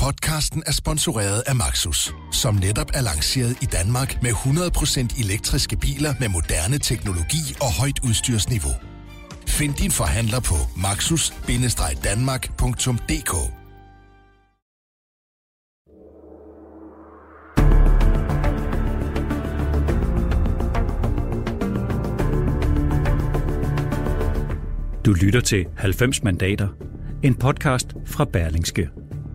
Podcasten er sponsoreret af Maxus, som netop er lanceret i Danmark med 100% elektriske biler med moderne teknologi og højt udstyrsniveau. Find din forhandler på maxus-danmark.dk. Du lytter til 90 mandater, en podcast fra Berlingske.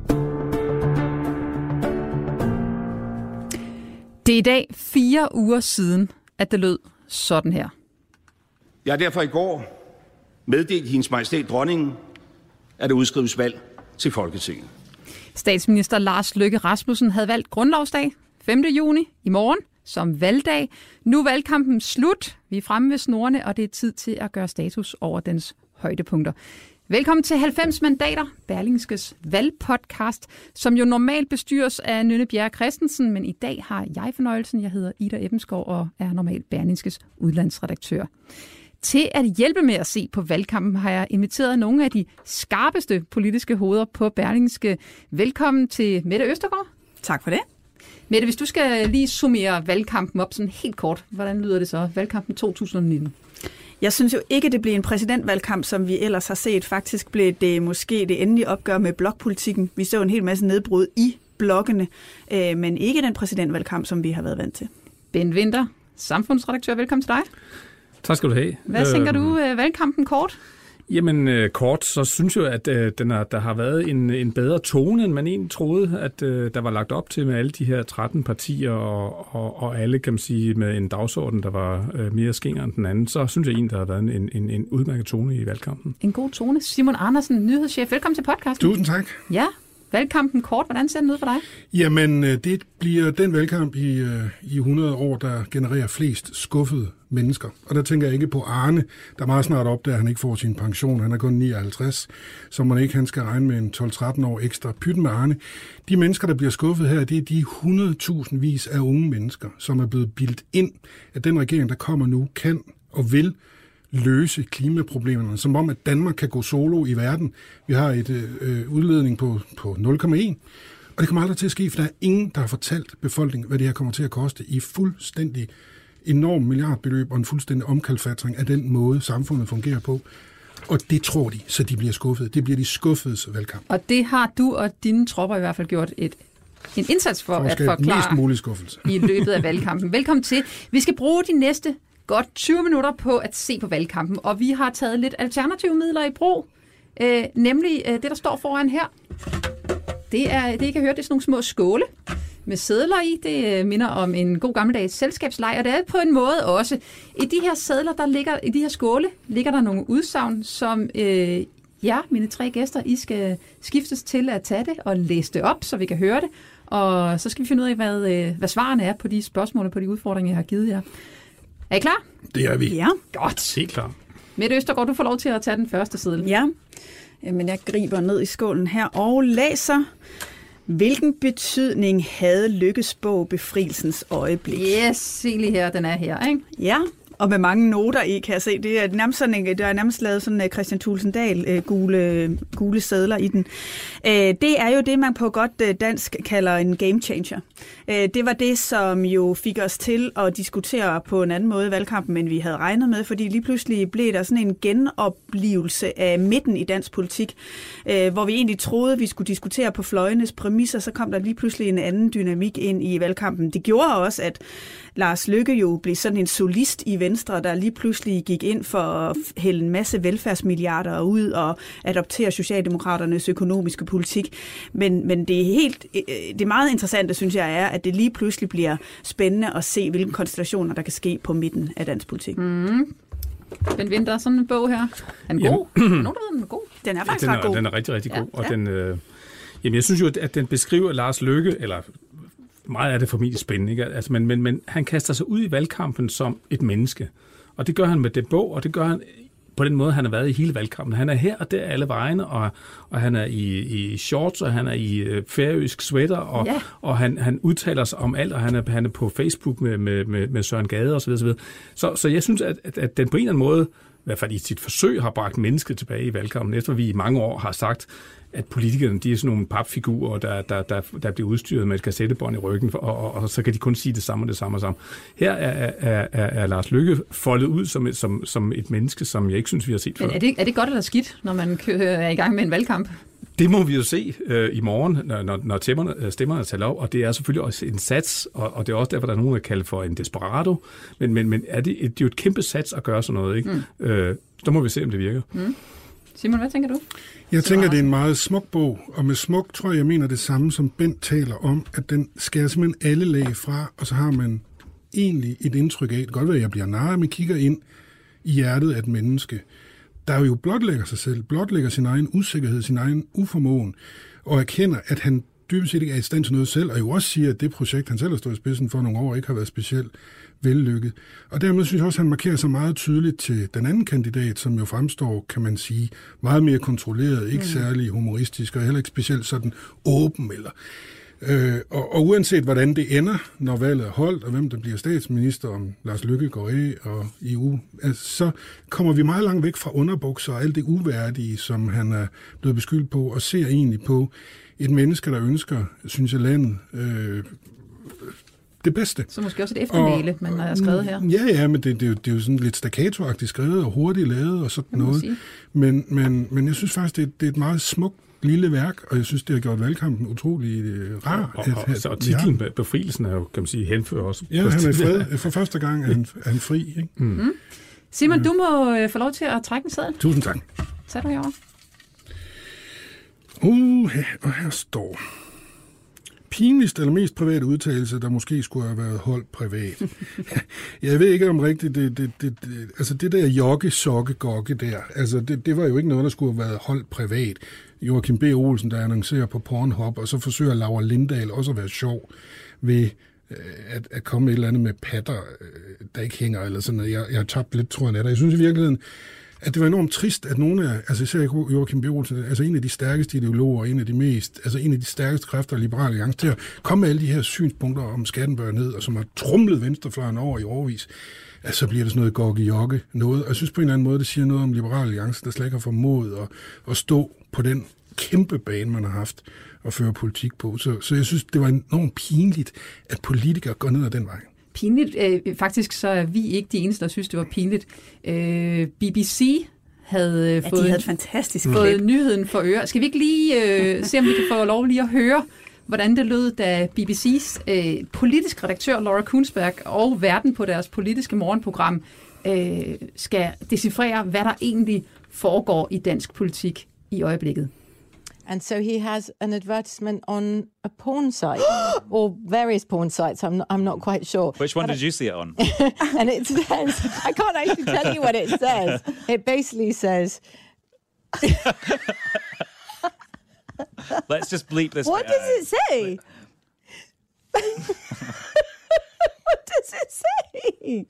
Det er i dag 4 uger siden, at det lød sådan her. Jeg har derfor i går meddelt Hendes Majestæt Dronningen, at der udskrives valg til Folketinget. Statsminister Lars Løkke Rasmussen havde valgt grundlovsdag 5. juni i morgen som valgdag. Nu er valgkampen slut. Vi er fremme ved snorene, og det er tid til at gøre status over dens højdepunkter. Velkommen til 90 mandater, Berlingskes valgpodcast, som jo normalt bestyres af Nynne Bjerre Christensen, men i dag har jeg fornøjelsen. Jeg hedder Ida Ebbensgaard og er normalt Berlingskes udlandsredaktør. Til at hjælpe med at se på valgkampen har jeg inviteret nogle af de skarpeste politiske hoveder på Berlingske. Velkommen til Mette Østergaard. Tak for det. Mette, hvis du skal lige summere valgkampen op sådan helt kort, hvordan lyder det så? Valgkampen 2019. Jeg synes jo ikke, det blev en præsidentvalgkamp, som vi ellers har set. Faktisk blev det måske det endelige opgør med blokpolitikken. Vi så en hel masse nedbrud i blokkene, men ikke den præsidentvalgkamp, som vi har været vant til. Ben Winther, samfundsredaktør, velkommen til dig. Tak skal du have. Hvad tænker du valgkampen kort? Jamen kort, så synes jeg, at der har været en bedre tone, end man egentlig troede, at der var lagt op til med alle de her 13 partier, og alle, kan man sige, med en dagsorden, der var mere skinger end den anden. Så synes jeg egentlig, der har været en udmærket tone i valgkampen. En god tone. Simon Andersen, nyhedschef. Velkommen til podcasten. Tusind tak. Ja, valgkampen kort. Hvordan ser den ud for dig? Jamen, det bliver den valgkamp i 100 år, der genererer flest skuffede mennesker. Og der tænker jeg ikke på Arne, der meget snart opdager, at han ikke får sin pension. Han er kun 59, så man ikke han skal regne med en 12-13 år ekstra. Pytten med Arne. De mennesker, der bliver skuffet her, det er de 100.000 vis af unge mennesker, som er blevet bildt ind, at den regering, der kommer nu, kan og vil løse klimaproblemerne, som om, at Danmark kan gå solo i verden. Vi har et udledning på 0,1, og det kommer aldrig til at ske, for der er ingen, der har fortalt befolkningen, hvad det her kommer til at koste i fuldstændig enorm milliardbeløb og en fuldstændig omkalfatring af den måde, samfundet fungerer på. Og det tror de, så de bliver skuffet. Det bliver de skuffedes valgkamp. Og det har du og dine tropper i hvert fald gjort en indsats for at forklare mest mulig skuffelse i løbet af valgkampen. Velkommen til. Vi skal bruge de næste godt 20 minutter på at se på valgkampen, og vi har taget lidt alternative midler i brug, nemlig det, der står foran her. Det, I kan høre, det er sådan nogle små skåle med sedler i. Det minder om en god gammeldags selskabsleg, og det er på en måde også. I de her sedler, i de her skåle, ligger der nogle udsagn, som mine 3 gæster, I skal skiftes til at tage det og læse det op, så vi kan høre det. Og så skal vi finde ud af, hvad svarene er på de spørgsmål og på de udfordringer, jeg har givet jer. Er I klar? Det er vi. Ja. Godt. Helt klar. Mette Østergaard, du får lov til at tage den første seddel. Ja. Jamen, jeg griber ned i skålen her og læser. Hvilken betydning havde Løkkes bog Befrielsens øjeblik? Yes, se lige her, den er her, ikke? Ja, og med mange noter i, kan jeg se. Det er nærmest sådan der er nærmest lavet sådan Christian Thulesen Dahl gule sedler i den. Det er jo det, man på godt dansk kalder en game changer. Det var det, som jo fik os til at diskutere på en anden måde i valgkampen, end vi havde regnet med, fordi lige pludselig blev der sådan en genoplivelse af midten i dansk politik, hvor vi egentlig troede, vi skulle diskutere på fløjenes præmisser, så kom der lige pludselig en anden dynamik ind i valgkampen. Det gjorde også, at Lars Løkke jo blev sådan en solist i Venstre, der lige pludselig gik ind for at hælde en masse velfærdsmilliarder ud og adoptere Socialdemokraternes økonomiske politik. Men det meget interessante, synes jeg, er, at det lige pludselig bliver spændende at se, hvilke konstellationer, der kan ske på midten af dansk politik. Mm. Ben Winther, sådan en bog her. Er den god? Nogen, der ved, den er god. Den er faktisk ret god. Den er rigtig, rigtig god. Og den, jeg synes jo, at den beskriver Lars Løkke, eller meget af det formentlig spændende, ikke? Altså, men han kaster sig ud i valgkampen som et menneske. Og det gør han med den bog, og det gør han på den måde, han har været i hele valgkampen. Han er her og der alle vegne, og han er i shorts, og han er i færøsk sweater, og han udtaler sig om alt, og han er på Facebook med Søren Gade osv. Så jeg synes, at den på en eller anden måde hvert fald i sit forsøg har bragt mennesket tilbage i valgkampen, efter vi i mange år har sagt, at politikerne, de er sådan nogle papfigurer, der bliver udstyret med et kassettebånd i ryggen, og så kan de kun sige det samme og det samme og samme. Her er Lars Løkke foldet ud som et menneske, som jeg ikke synes, vi har set før. Men er det godt eller skidt, når man er i gang med en valgkamp? Det må vi jo se i morgen, når stemmerne taler op, og det er selvfølgelig også en sats, og det er også derfor, der er nogen, der kalder for en desperado, men det er jo et kæmpe sats at gøre sådan noget, ikke? Så må vi se, om det virker. Simon, hvad tænker du? Jeg tænker, det er en meget smuk bog, og med smuk tror jeg mener det samme, som Bent taler om, at den skærer simpelthen alle lag fra, og så har man egentlig et indtryk af, det kan godt være, at jeg bliver narret, men kigger ind i hjertet af et menneske, der jo blotlægger sig selv, blotlægger sin egen usikkerhed, sin egen uformåen, og erkender, at han dybest set ikke er i stand til noget selv, og jo også siger, at det projekt, han selv har stået i spidsen for nogle år, ikke har været specielt vellykket. Og dermed synes jeg også, at han markerer sig meget tydeligt til den anden kandidat, som jo fremstår, kan man sige, meget mere kontrolleret, ikke særlig humoristisk, og heller ikke specielt sådan åben. Og uanset hvordan det ender, når valget er holdt, og hvem der bliver statsminister, om Lars Løkke går af og EU, så kommer vi meget langt væk fra underbukser og alt det uværdige, som han er blevet beskyldt på, og ser egentlig på et menneske, der ønsker, synes jeg, landet det bedste. Så måske også et eftermæle, man har skrevet her. Ja, men det er jo sådan lidt staccato-agtigt skrevet og hurtigt lavet og sådan noget. Men jeg synes faktisk, det er et meget smukt lille værk, og jeg synes, det har gjort valgkampen utrolig rar. Og titlen Befrielsen er jo, kan man sige, henfører også. Ja, han er i fred. For første gang er han fri. Ikke? Simon, du må få lov til at trække en seddel. Tusind tak. Tag du herovre. Og her står: pinligst eller mest private udtalelse, der måske skulle have været holdt privat. Jeg ved ikke om rigtigt, altså det der jogge-sokke-gokke der, altså det var jo ikke noget, der skulle have været holdt privat. Joachim B. Olsen, der annoncerer på Pornhub, og så forsøger Laura Lindahl også at være sjov ved at komme med et eller andet med patter, der ikke hænger, eller sådan noget. Jeg har tabt lidt, tror jeg, jeg synes i virkeligheden, at det var enormt trist, at nogle af, altså især Joachim B. Olsen, altså en af de stærkeste ideologer, en af de stærkeste kræfter af Liberal Alliance, til at komme med alle de her synspunkter om skatten bør ned, og som har trumlet venstrefløjen over i årevis, altså så bliver det sådan noget gokke-jokke noget. Og jeg synes på en eller anden måde, det siger noget om Liberal Alliance, der slet ikke har formået at stå på den kæmpe bane, man har haft at føre politik på. Så jeg synes, det var enormt pinligt, at politikere går ned ad den vej. Pinligt. Faktisk så er vi ikke de eneste, der synes, det var pinligt. BBC havde fået nyheden for øre. Skal vi ikke lige se, om vi kan få lov lige at høre, hvordan det lød, da BBC's politisk redaktør Laura Kunsberg og værten på deres politiske morgenprogram skal decifrere, hvad der egentlig foregår i dansk politik i øjeblikket. And so he has an advertisement on a porn site, or various porn sites, I'm not quite sure. Which one did you see it on? And it says, I can't actually tell you what it says. It basically says... Let's just bleep this. What does it say? What does it say?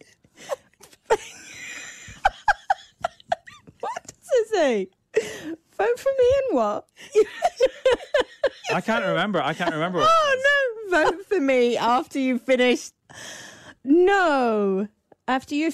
What does it say? Vote for me and what? I can't remember. Oh, no. Vote for me after you finished. No. After you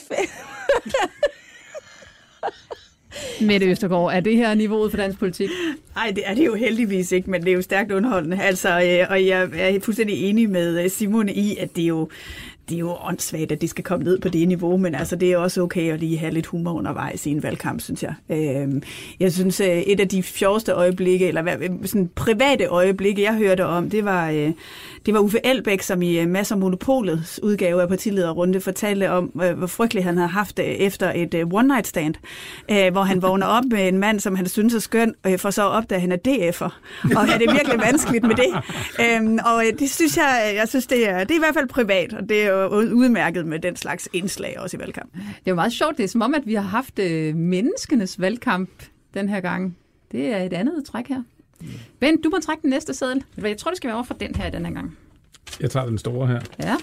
Mette Østergaard, er det her niveauet for dansk politik? Nej, det er det jo heldigvis ikke, men det er jo stærkt underholdende. Altså, og jeg er fuldstændig enig med Simone i, at det er jo åndssvagt, at det skal komme ned på det niveau, men altså, det er også okay at lige have lidt humor undervejs i en valgkamp, synes jeg. Jeg synes, et af de sjoveste øjeblikke, eller sådan private øjeblikke, jeg hørte om, det var Uffe Elbæk, som i Masser Monopolets udgave af partilederrunde fortalte om, hvor frygtelig han havde haft efter et one-night stand, hvor han vågner op med en mand, som han synes er skøn, for så at opdage, at han er DF'er. Og det er virkelig vanskeligt med det. Og det synes jeg synes, det er i hvert fald privat, og det er jo udmærket med den slags indslag også i valgkampen. Det er jo meget sjovt. Det er som om, at vi har haft menneskenes valgkamp den her gang. Det er et andet træk her. Ben, du må trække den næste seddel. Jeg tror, det skal være over for den her gang. Jeg tager den store her. Ja.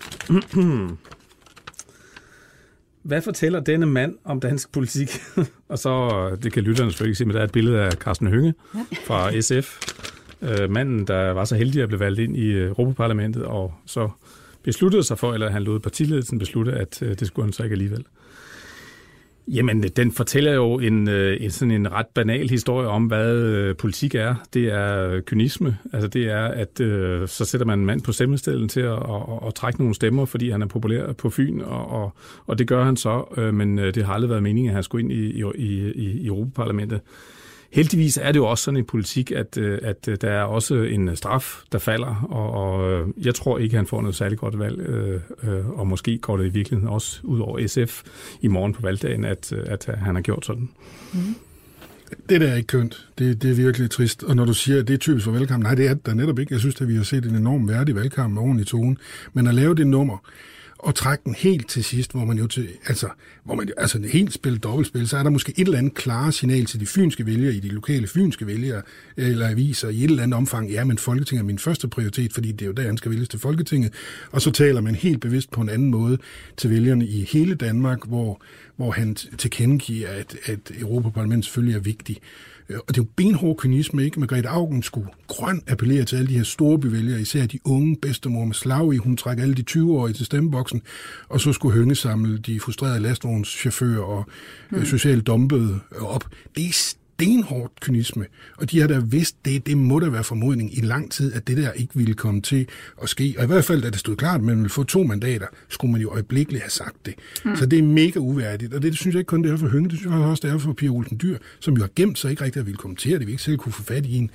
Hvad fortæller denne mand om dansk politik? Og så, det kan lytterne selvfølgelig se, men der er et billede af Karsten Hønge fra SF. Manden, der var så heldig at blive valgt ind i Europaparlamentet, og så besluttede sig for, eller han lod partiledelsen beslutte, at det skulle han så ikke alligevel. Jamen, den fortæller jo sådan en ret banal historie om, hvad politik er. Det er kynisme. Altså, det er, at så sætter man en mand på stemmestellen til at trække nogle stemmer, fordi han er populær på Fyn, og det gør han så, men det har aldrig været meningen, at han skulle ind i Europaparlamentet. Heldigvis er det jo også sådan en politik, at der er også en straf, der falder, og jeg tror ikke, han får noget særligt godt valg, og måske går det i virkeligheden også ud over SF i morgen på valgdagen, at han har gjort sådan. Mm. Det der er ikke kønt. Det er virkelig trist. Og når du siger, at det er typisk for valgkamp, nej, det er der netop ikke. Jeg synes, at vi har set en enorm værdig valgkamp med ordentlig tone. Men at lave det nummer, og trække den helt til sidst, hvor man helt spiller dobbeltspil, så er der måske et eller andet klare signal til de fynske vælgere, i de lokale fynske vælgere, eller aviser i et eller andet omfang, ja, men Folketinget er min første prioritet, fordi det er jo der, han skal vælges til Folketinget, og så taler man helt bevidst på en anden måde til vælgerne i hele Danmark, hvor han tilkendegiver, at Europaparlamentet selvfølgelig er vigtig. Og det er jo benhård kynisme, ikke? Margrethe Auken skulle grøn appellere til alle de her store byvælgere, især de unge bedstemor med slag i. Hun trækker alle de 20-årige til stemmeboksen, og så skulle Hønge samle de frustrerede lastvognschauffører og socialt dumpede op. Det er stenhård kynisme, og de har da vidst, det må da være formodning i lang tid, at det der ikke ville komme til at ske. Og i hvert fald, da det stod klart, at man ville få 2 mandater, skulle man jo øjeblikkeligt have sagt det. Så det er mega uværdigt, og det synes jeg ikke kun det er for Hønge, det synes jeg også det er for Pia Olsen Dyhr, som jo har gemt sig ikke rigtig at ville kommentere det, vi ikke selv kunne få fat i en.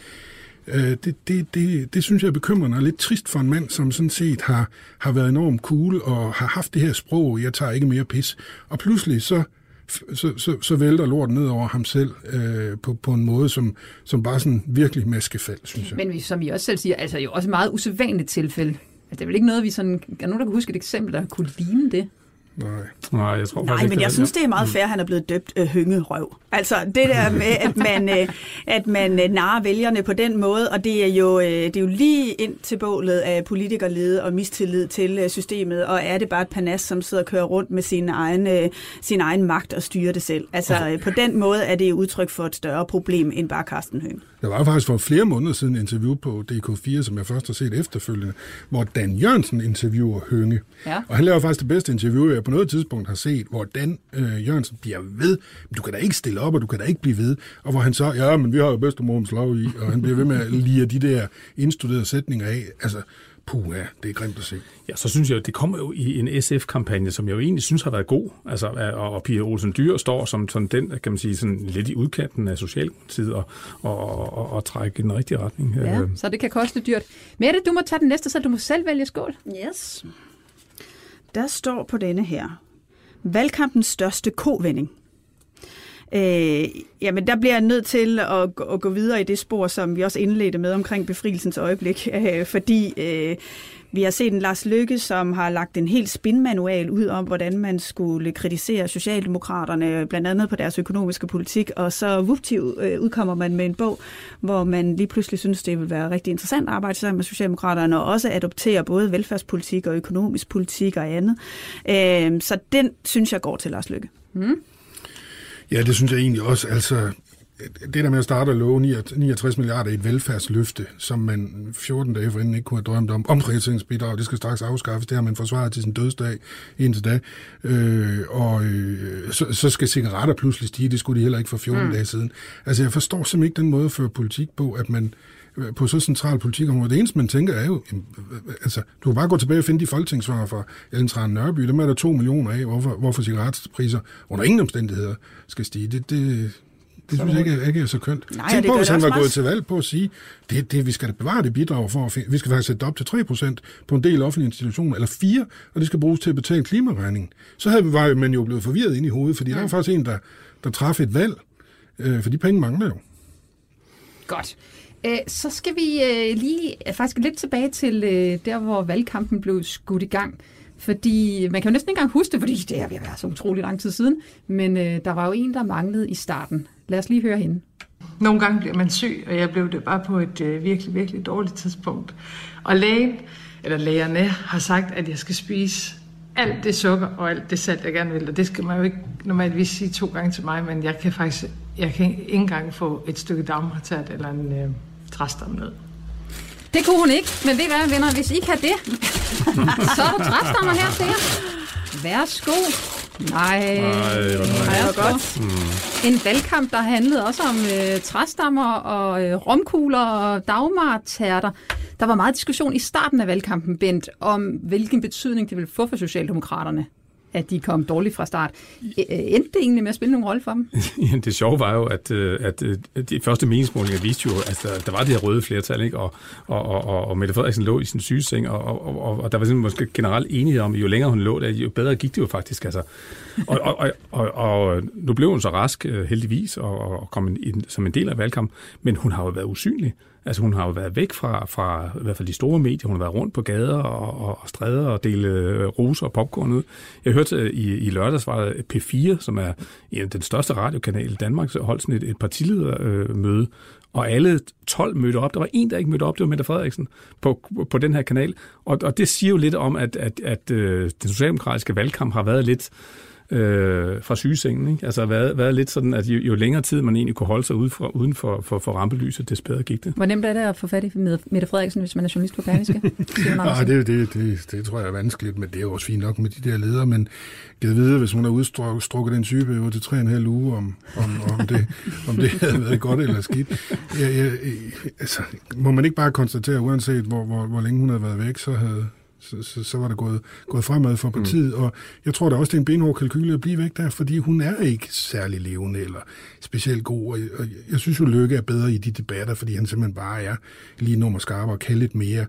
Det synes jeg er bekymrende og lidt trist for en mand, som sådan set har været enormt cool og har haft det her sprog, jeg tager ikke mere pis. Og pludselig så vælter lorten ned over ham selv på en måde, som bare sådan virkelig maskefald, synes jeg. Men som I også selv siger, altså jo også et meget usædvanligt tilfælde. Altså, det er vel ikke noget, vi sådan... Er nogen, der kan huske et eksempel, der kunne ligne det? Nej, jeg tror faktisk ikke, men jeg synes, det er meget fair, at han er blevet døbt hyngerøv. Altså det der med, at man narrer vælgerne på den måde, og det er jo lige ind til bålet af politikerlede og mistillid til systemet, og er det bare et panas, som sidder og kører rundt med sin egen magt og styrer det selv. Altså på den måde er det udtryk for et større problem end bare Karsten Hønge. Der var faktisk for flere måneder siden et interview på DK4, som jeg først har set efterfølgende, hvor Dan Jørgensen interviewer Hønge. Ja. Og han laver faktisk det bedste interview, jeg på noget tidspunkt har set, hvor Dan Jørgensen bliver ved. Du kan da ikke stille op, og du kan da ikke blive ved. Og hvor han så, ja, men vi har jo bedstemor slag i, og han bliver ved med at lire de der indstuderede sætninger af. Altså, puha, det er grimt at se. Ja, så synes jeg, at det kommer jo i en SF-kampagne, som jeg jo egentlig synes har været god. Altså, og Pia Olsen Dyhr står som sådan den, kan man sige, sådan lidt i udkanten af Socialdemokratiet og trække i den rigtige retning. Ja, så det kan koste dyrt. Mette, du må tage den næste, så du må selv vælge skål. Yes. Der står på denne her: valgkampens største kovending. Jamen, der bliver jeg nødt til at gå videre i det spor, som vi også indledte med omkring befrielsens øjeblik, fordi vi har set en Lars Løkke, som har lagt en helt spinmanual ud om, hvordan man skulle kritisere Socialdemokraterne, blandt andet på deres økonomiske politik, og så udkommer man med en bog, hvor man lige pludselig synes, det vil være rigtig interessant at arbejde sammen med Socialdemokraterne, og også adoptere både velfærdspolitik og økonomisk politik og andet. Så den synes jeg går til Lars Løkke. Ja, det synes jeg egentlig også. Altså, det der med at starte at love 69 milliarder i et velfærdsløfte, som man 14 dage forinden ikke kunne have drømt om, omprioriteringsbidrag, det skal straks afskaffes, det har man forsvaret til sin dødsdag indtil da. Så skal cigaretter pludselig stige, det skulle de heller ikke for 14 dage siden. Altså, jeg forstår simpelthen ikke den måde at føre politik på, at man på så central politikområde. Det eneste, man tænker, er jo, altså, du kan bare gå tilbage og finde de folketingsvarer fra Ellen Trane Nørby, dem er der 2 millioner af, hvorfor cigaretpriser under ingen omstændigheder skal stige. Det synes jeg ikke er så kønt. Tænk på, hvis han var gået til valg på at sige, vi skal da bevare det bidrag vi skal faktisk sætte det op til 3% på en del offentlige institutioner, eller 4%, og det skal bruges til at betale klimaregningen. Så var man jo blevet forvirret ind i hovedet, fordi der var faktisk en, der traf et valg, for de penge mangler jo. Godt. Så skal vi lige faktisk lidt tilbage til der, hvor valgkampen blev skudt i gang. Fordi man kan jo næsten ikke engang huske det, fordi det er ved at være så utrolig lang tid siden. Men der var jo en, der manglede i starten. Lad os lige høre hende. Nogle gange bliver man syg, og jeg blev det bare på et virkelig, virkelig dårligt tidspunkt. Og lægerne har sagt, at jeg skal spise alt det sukker og alt det salt, jeg gerne vil. Og det skal man jo ikke normalvis sige 2 gange til mig, men jeg kan ikke engang få et stykke dammertært eller en træstamnød. Det kunne hun ikke, men ved I hvad, venner, hvis I kan det, så er der træstammer her til jer. Værsgo. Nej, hvor godt. En valgkamp, der handlede også om træstammer og romkugler og dagmartærter. Der var meget diskussion i starten af valgkampen, Bent, om hvilken betydning det ville få for Socialdemokraterne, at de kom dårligt fra start. Endte det egentlig med at spille nogen rolle for dem? Ja, det sjove var jo, at de første meningsmålinger viste jo, at der var det her røde flertal, ikke? Og Mette Frederiksen lå i sin sygeseng, og der var måske generelt enighed om, at jo længere hun lå der, jo bedre gik det jo faktisk. Altså. Og nu blev hun så rask, heldigvis, og kom som en del af valgkampen, men hun har jo været usynlig. Altså hun har jo været væk fra i hvert fald de store medier. Hun har været rundt på gader og stræder og dele roser og popcorn ud. Jeg hørte i lørdags var P4, som er den største radiokanal i Danmark, så holdt sådan et partiledermøde, og alle 12 mødte op. Der var en, der ikke mødte op, det var Mette Frederiksen på den her kanal. Og det siger jo lidt om, at den socialdemokratiske valgkamp har været lidt fra sygesengen, ikke? Altså været lidt sådan, at jo længere tid man egentlig kunne holde sig uden for rampelyset, des bedre gik det. Hvor nemt er det at få fat i Mette Frederiksen, hvis man er journalist på Berlingske? Det tror jeg er vanskeligt, men det er jo også fint nok med de der ledere, men jeg ved, hvis hun har udstrukket den syge til 3,5 uger, om det havde været godt eller skidt. Altså, må man ikke bare konstatere, uanset hvor længe hun havde været væk, så var det gået fremad for partiet, og jeg tror da også, det er en benhård kalkyle at blive væk der, fordi hun er ikke særlig levende eller specielt god, og jeg synes jo, Løkke er bedre i de debatter, fordi han simpelthen bare er lige nummer skarpere og kan lidt mere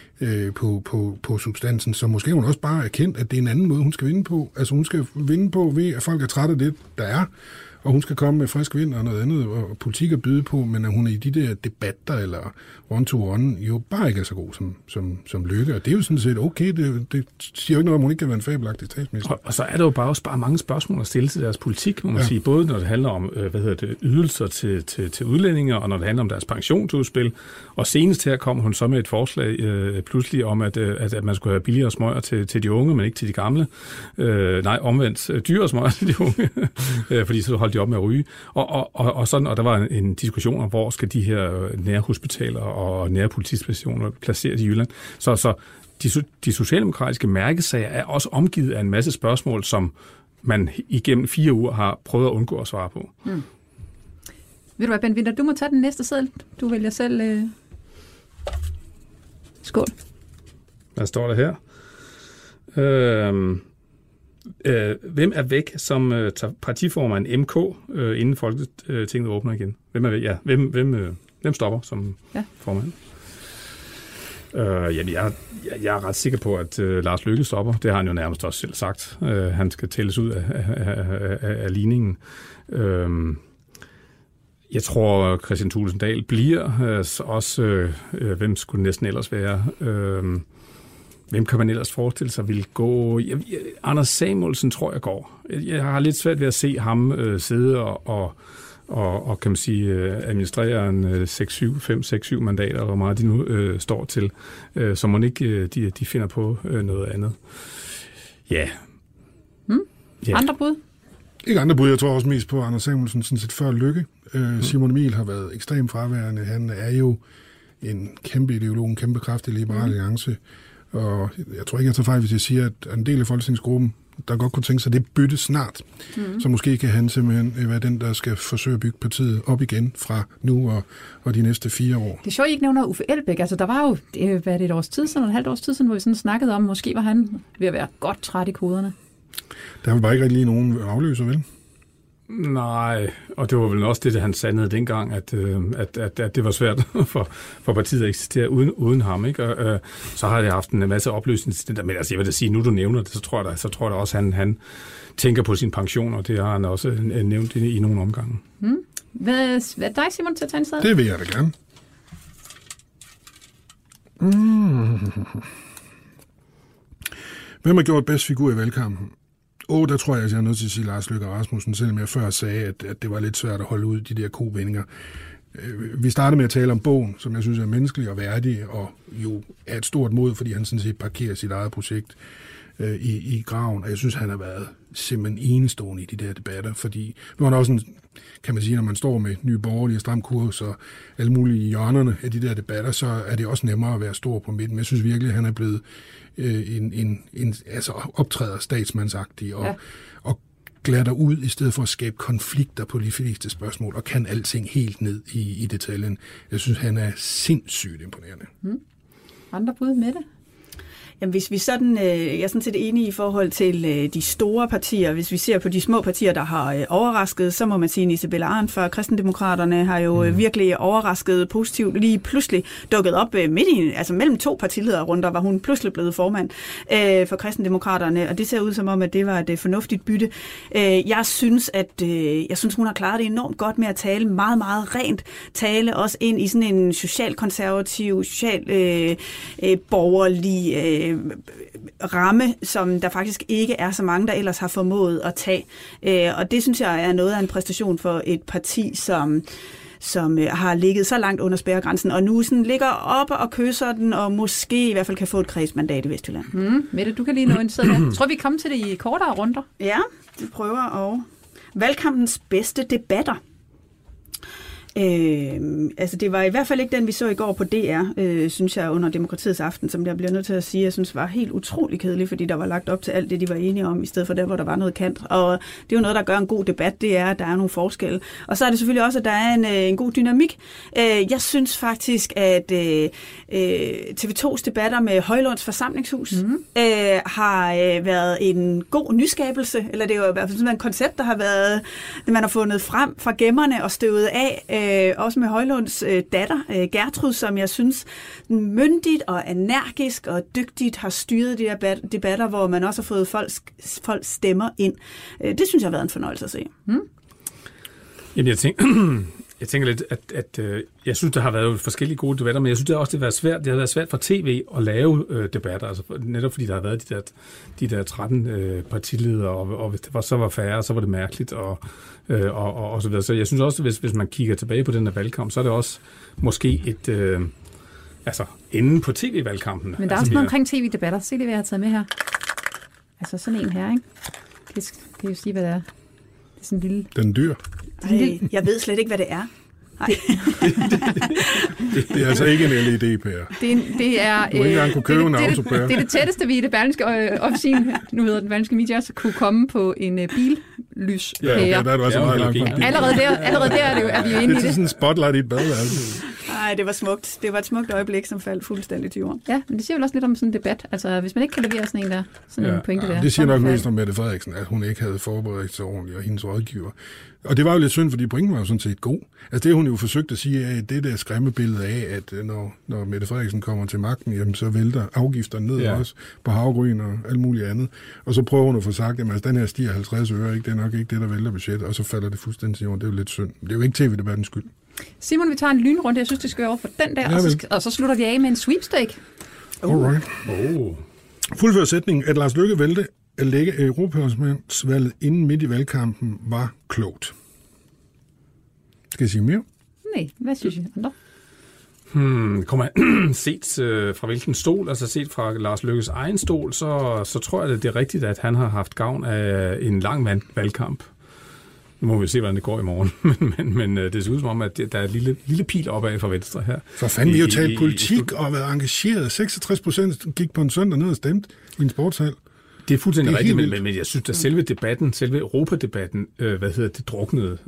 på substansen, så måske hun også bare erkendt, at det er en anden måde, hun skal vinde på. Altså hun skal vinde på ved, at folk er trætte af det, der er, og hun skal komme med frisk vind og noget andet, og politik at byde på, men at hun er i de der debatter eller one-to-one jo bare ikke er så god som Løkke, og det er jo sådan set okay, det siger jo ikke noget om, hun ikke kan være en fabelagtig statsminister. Og så er der jo bare mange spørgsmål at stille til deres politik, må man sige, både når det handler om ydelser til udlændinge, og når det handler om deres pensionsudspil, og senest her kom hun så med et forslag pludselig om, at man skulle have billigere smøger til de unge, men ikke til de gamle. Nej, omvendt dyre smøger til de unge, fordi så holdt de op med at ryge. Og der var en diskussion om, hvor skal de her nærhospitaler og nærpolitistationer placeres i Jylland. Så de socialdemokratiske mærkesager er også omgivet af en masse spørgsmål, som man igennem 4 uger har prøvet at undgå at svare på. Ved du hvad, Bent Winther, du må tage den næste seddel. Du vælger selv. Skål. Hvad står der her? Hvem er væk som partiformand MK, inden Folketinget åbner igen? Hvem er væk? Ja, hvem stopper som formand? Jamen, jeg er ret sikker på, at Lars Løkke stopper. Det har han jo nærmest også selv sagt. Han skal tælles ud af ligningen. Jeg tror, Kristian Thulesen Dahl bliver også. Hvem skulle det næsten ellers være? Hvem kan man ellers forestille sig ville gå? Anders Samuelsen tror jeg går. Jeg har lidt svært ved at se ham sidde og kan man sige, administrere en 5-6-7 mandater, eller hvor meget de nu står til, så må ikke de finder på noget andet. Ja. Andre bud? Ikke andre bud, jeg tror også mest på Anders Samuelsen, sådan set før Løkke. Simon Emil har været ekstremt fraværende. Han er jo en kæmpe ideolog, en kæmpe kraftig Liberal Alliance, og jeg tror ikke, jeg tager fejl, hvis jeg siger, at en del af folketingsgruppen, der godt kunne tænke sig, det bytte snart. Så måske kan han simpelthen være den, der skal forsøge at bygge partiet op igen fra nu og de næste 4 år. Det er sjovt, I ikke nævner Uffe Elbæk. Altså, der var jo, et års tid siden, et halvt års tid siden, hvor vi sådan snakkede om, måske var han ved at være godt træt i koderne. Der var bare ikke rigtig lige nogen afløser, vel? Nej, og det var vel også det, han sandede dengang, at det var svært for partiet at eksistere uden ham, ikke? Og, så har jeg haft en masse opløsning til det der, men altså, jeg vil da sige, nu du nævner det, så tror jeg også, han tænker på sin pension, og det har han også nævnt i nogle omgange. Hvad er dig, Simon, til at tage en sæde? Det vil jeg da gerne. Hvem har gjort bedst figur i valgkampen? Der tror jeg er nødt til at sige Lars Løkke Rasmussen, selvom jeg før sagde, at det var lidt svært at holde ud de der kovendinger. Vi startede med at tale om bogen, som jeg synes er menneskelig og værdig, og jo er et stort mod, fordi han sådan set parkerer sit eget projekt i graven. Og jeg synes, han har været simpelthen enestående i de der debatter, fordi nu er der også en, kan man sige, når man står med Nye Borgerlige og Stram Kurs og alle mulige hjørnerne af de der debatter, så er det også nemmere at være stor på midten. Men jeg synes virkelig, at han er blevet altså optræder statsmandsagtig og glatter ud, i stedet for at skabe konflikter på de fleste spørgsmål, og kan alting helt ned i detaljen. Jeg synes, han er sindssygt imponerende. Andre bud med det? Jamen, hvis vi sådan, jeg er sådan set enig i forhold til de store partier. Hvis vi ser på de små partier, der har overrasket, så må man sige, at Isabella Arendt fra Kristendemokraterne har jo virkelig overrasket positivt. Lige pludselig dukket op midt i, altså mellem 2 partilederrunder, var hun pludselig blevet formand for Kristendemokraterne, og det ser ud som om, at det var et fornuftigt bytte. Jeg synes, hun har klaret det enormt godt med at tale meget, meget rent. Tale også ind i sådan en socialkonservativ, borgerlig ramme, som der faktisk ikke er så mange, der ellers har formået at tage. Og det synes jeg er noget af en præstation for et parti, som har ligget så langt under spærregrænsen, og nu sådan ligger op og kysser den, og måske i hvert fald kan få et kredsmandat i Vestjylland. Mette, du kan lige nå en tid her. Tror vi kommer til det i kortere runder? Ja, det prøver. Og valgkampens bedste debatter. Altså det var i hvert fald ikke den, vi så i går på DR, synes jeg, under Demokratiets aften, som jeg bliver nødt til at sige, jeg synes var helt utrolig kedelig, fordi der var lagt op til alt det, de var enige om, i stedet for der, hvor der var noget kant. Og det er jo noget, der gør en god debat, det er, at der er nogle forskelle. Og så er det selvfølgelig også, at der er en god dynamik. Jeg synes faktisk, at TV2's debatter med Højlunds Forsamlingshus har været en god nyskabelse, eller det er jo i hvert fald sådan et koncept, der har været, man har fundet frem fra gemmerne og støvet af, også med Højlunds datter, Gertrud, som jeg synes myndigt og energisk og dygtigt har styret de der debatter, hvor man også har fået folks stemmer ind. Det synes jeg har været en fornøjelse at se. Jamen, jeg tænker lidt, at jeg synes, der har været forskellige gode debatter, men jeg synes det også, det har været svært for tv at lave debatter, altså netop fordi der har været de der 13 partiledere, og hvis det så var færre, så var det mærkeligt, og så videre. Så jeg synes også, hvis man kigger tilbage på den her valgkamp, så er det også måske et enden på tv-valgkampen. Men der er også noget omkring tv-debatter. Se det, hvad jeg har taget med her. Altså sådan en her, ikke? Kan jeg jo sige, hvad det er? Det er sådan en lille... Den dyr. Ej, jeg ved slet ikke, hvad det er. Det er altså ikke en LED-pære. Det er... Du ikke engang kunne købe en autopære. Det er det tætteste, vi i det Berlingske Officin, nu hedder den Berlingske Media, så kunne komme på en billyspære. Ja, der er du altså meget langt fra. Allerede der er vi jo inde i det. Det er sådan en spotlight i et badeværelse. Nej, det var smukt. Det var et smukt øjeblik, som faldt fuldstændig til jorden. Ja, men det siger vel også lidt om sådan en debat. Altså, hvis man ikke kan levere sådan en der, sådan en pointe der. Det siger nok mest om Mette Frederiksen, at hun ikke havde forberedt sig ordentligt, og hendes rådgiver. Og det var jo lidt synd, fordi pointen var jo sådan set god. Altså det hun jo forsøgt at sige, er det der skræmmebillede af, at når Mette Frederiksen kommer til magten, jamen så vælter afgifterne ned også på havgryn og alt muligt andet. Og så prøver hun at få sagt, at den her stiger 50 øre, ikke? Det er nok ikke det, der vælter budgettet, og så falder det fuldstændig til jorden. Det er jo lidt synd. Det er jo ikke tv-debattens skyld. Simon, vi tager en lynrunde. Jeg synes, det skal over for den der, og så slutter vi af med en sweepstake. Alright. Fuldfør sætningen, at Lars Løkke Vælte at lægge Europaparlamentsvalget inden midt i valgkampen var klogt. Skal jeg sige mere? Nej, hvad synes I andre? Kommer set fra hvilken stol, altså set fra Lars Løkkes egen stol, så tror jeg, at det er rigtigt, at han har haft gavn af en lang valgkamp. Nu må vi se, hvordan det går i morgen. men det ser ud som om, at der er et lille pil opad fra venstre her. For fanden, vi har jo talt politik og været engageret. 66% gik på en søndag ned og stemte i en sportshal. Det er fuldstændig rigtigt, men jeg synes, at selve Europadebatten, druknede.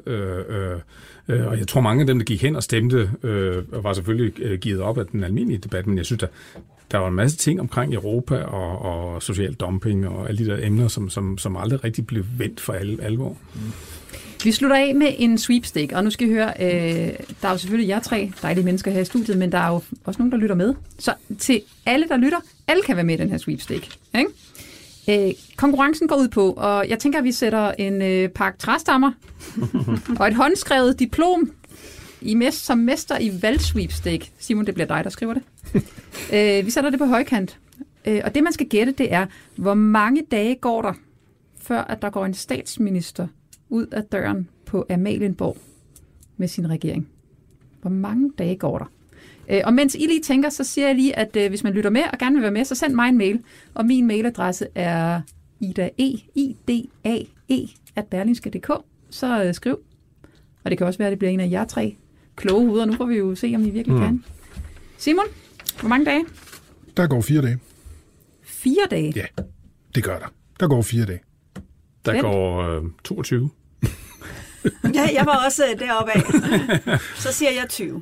Og jeg tror, mange af dem, der gik hen og stemte, var selvfølgelig givet op af den almindelige debat, men jeg synes, der var en masse ting omkring Europa og social dumping og alle de der emner, som aldrig rigtig blev vendt for alvor. Vi slutter af med en sweepstake, og nu skal I høre, der er jo selvfølgelig jer 3 dejlige mennesker her i studiet, men der er jo også nogen, der lytter med. Så til alle, der lytter, alle kan være med i den her sweepstake, ikke? Konkurrencen går ud på, og jeg tænker, at vi sætter en pakke træstammer og et håndskrevet diplom som mester i valgsweepstake. Simon, det bliver dig, der skriver det. Vi sætter det på højkant. Og det, man skal gætte, det er, hvor mange dage går der, før at der går en statsminister ud af døren på Amalienborg med sin regering. Hvor mange dage går der? Og mens I lige tænker, så siger jeg lige, at hvis man lytter med og gerne vil være med, så send mig en mail. Og min mailadresse er idae@berlingske.dk. Så skriv. Og det kan også være, at det bliver en af jer 3 kloge hoveder. Nu får vi jo se, om I virkelig kan. Simon, hvor mange dage? Der går 4 dage. 4 dage? Ja, det gør der. Der går 4 dage. Der går 22. Ja, jeg var også deroppe af. Så siger jeg 20.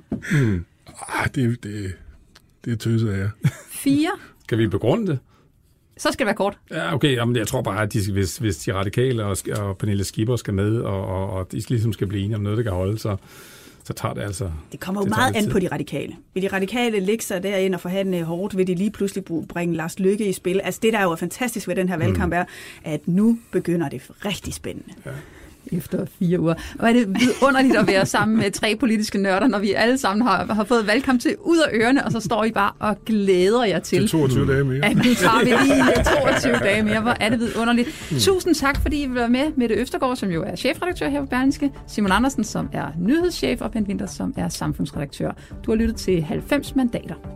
Det er tøset af jer. 4. Skal vi begrunde det? Så skal det være kort. Ja, okay. Jamen, jeg tror bare, at hvis de radikale og Pernille Skipper skal med, og de ligesom skal blive enige om noget, der kan holde, så tager det altså... Det kommer jo meget an på de radikale. Vil de radikale lægge sig derind og forhandle hårdt, vil de lige pludselig bringe Lars Løkke i spil? Altså det, der er jo fantastisk ved den her valgkamp, er, at nu begynder det rigtig spændende. Ja. Efter 4 uger. Og er det vidunderligt at være sammen med 3 politiske nørder, når vi alle sammen har fået valgkamp til ud af ørerne, og så står I bare og glæder jer til. Det er 22 dage mere. Ja, nu tager vi lige 22 dage mere. Hvor er det vidunderligt. Tusind tak, fordi I vil være med. Mette Østergaard, som jo er chefredaktør her på Berlingske, Simon Andersen, som er nyhedschef, og Bent Winther, som er samfundsredaktør. Du har lyttet til 90 mandater.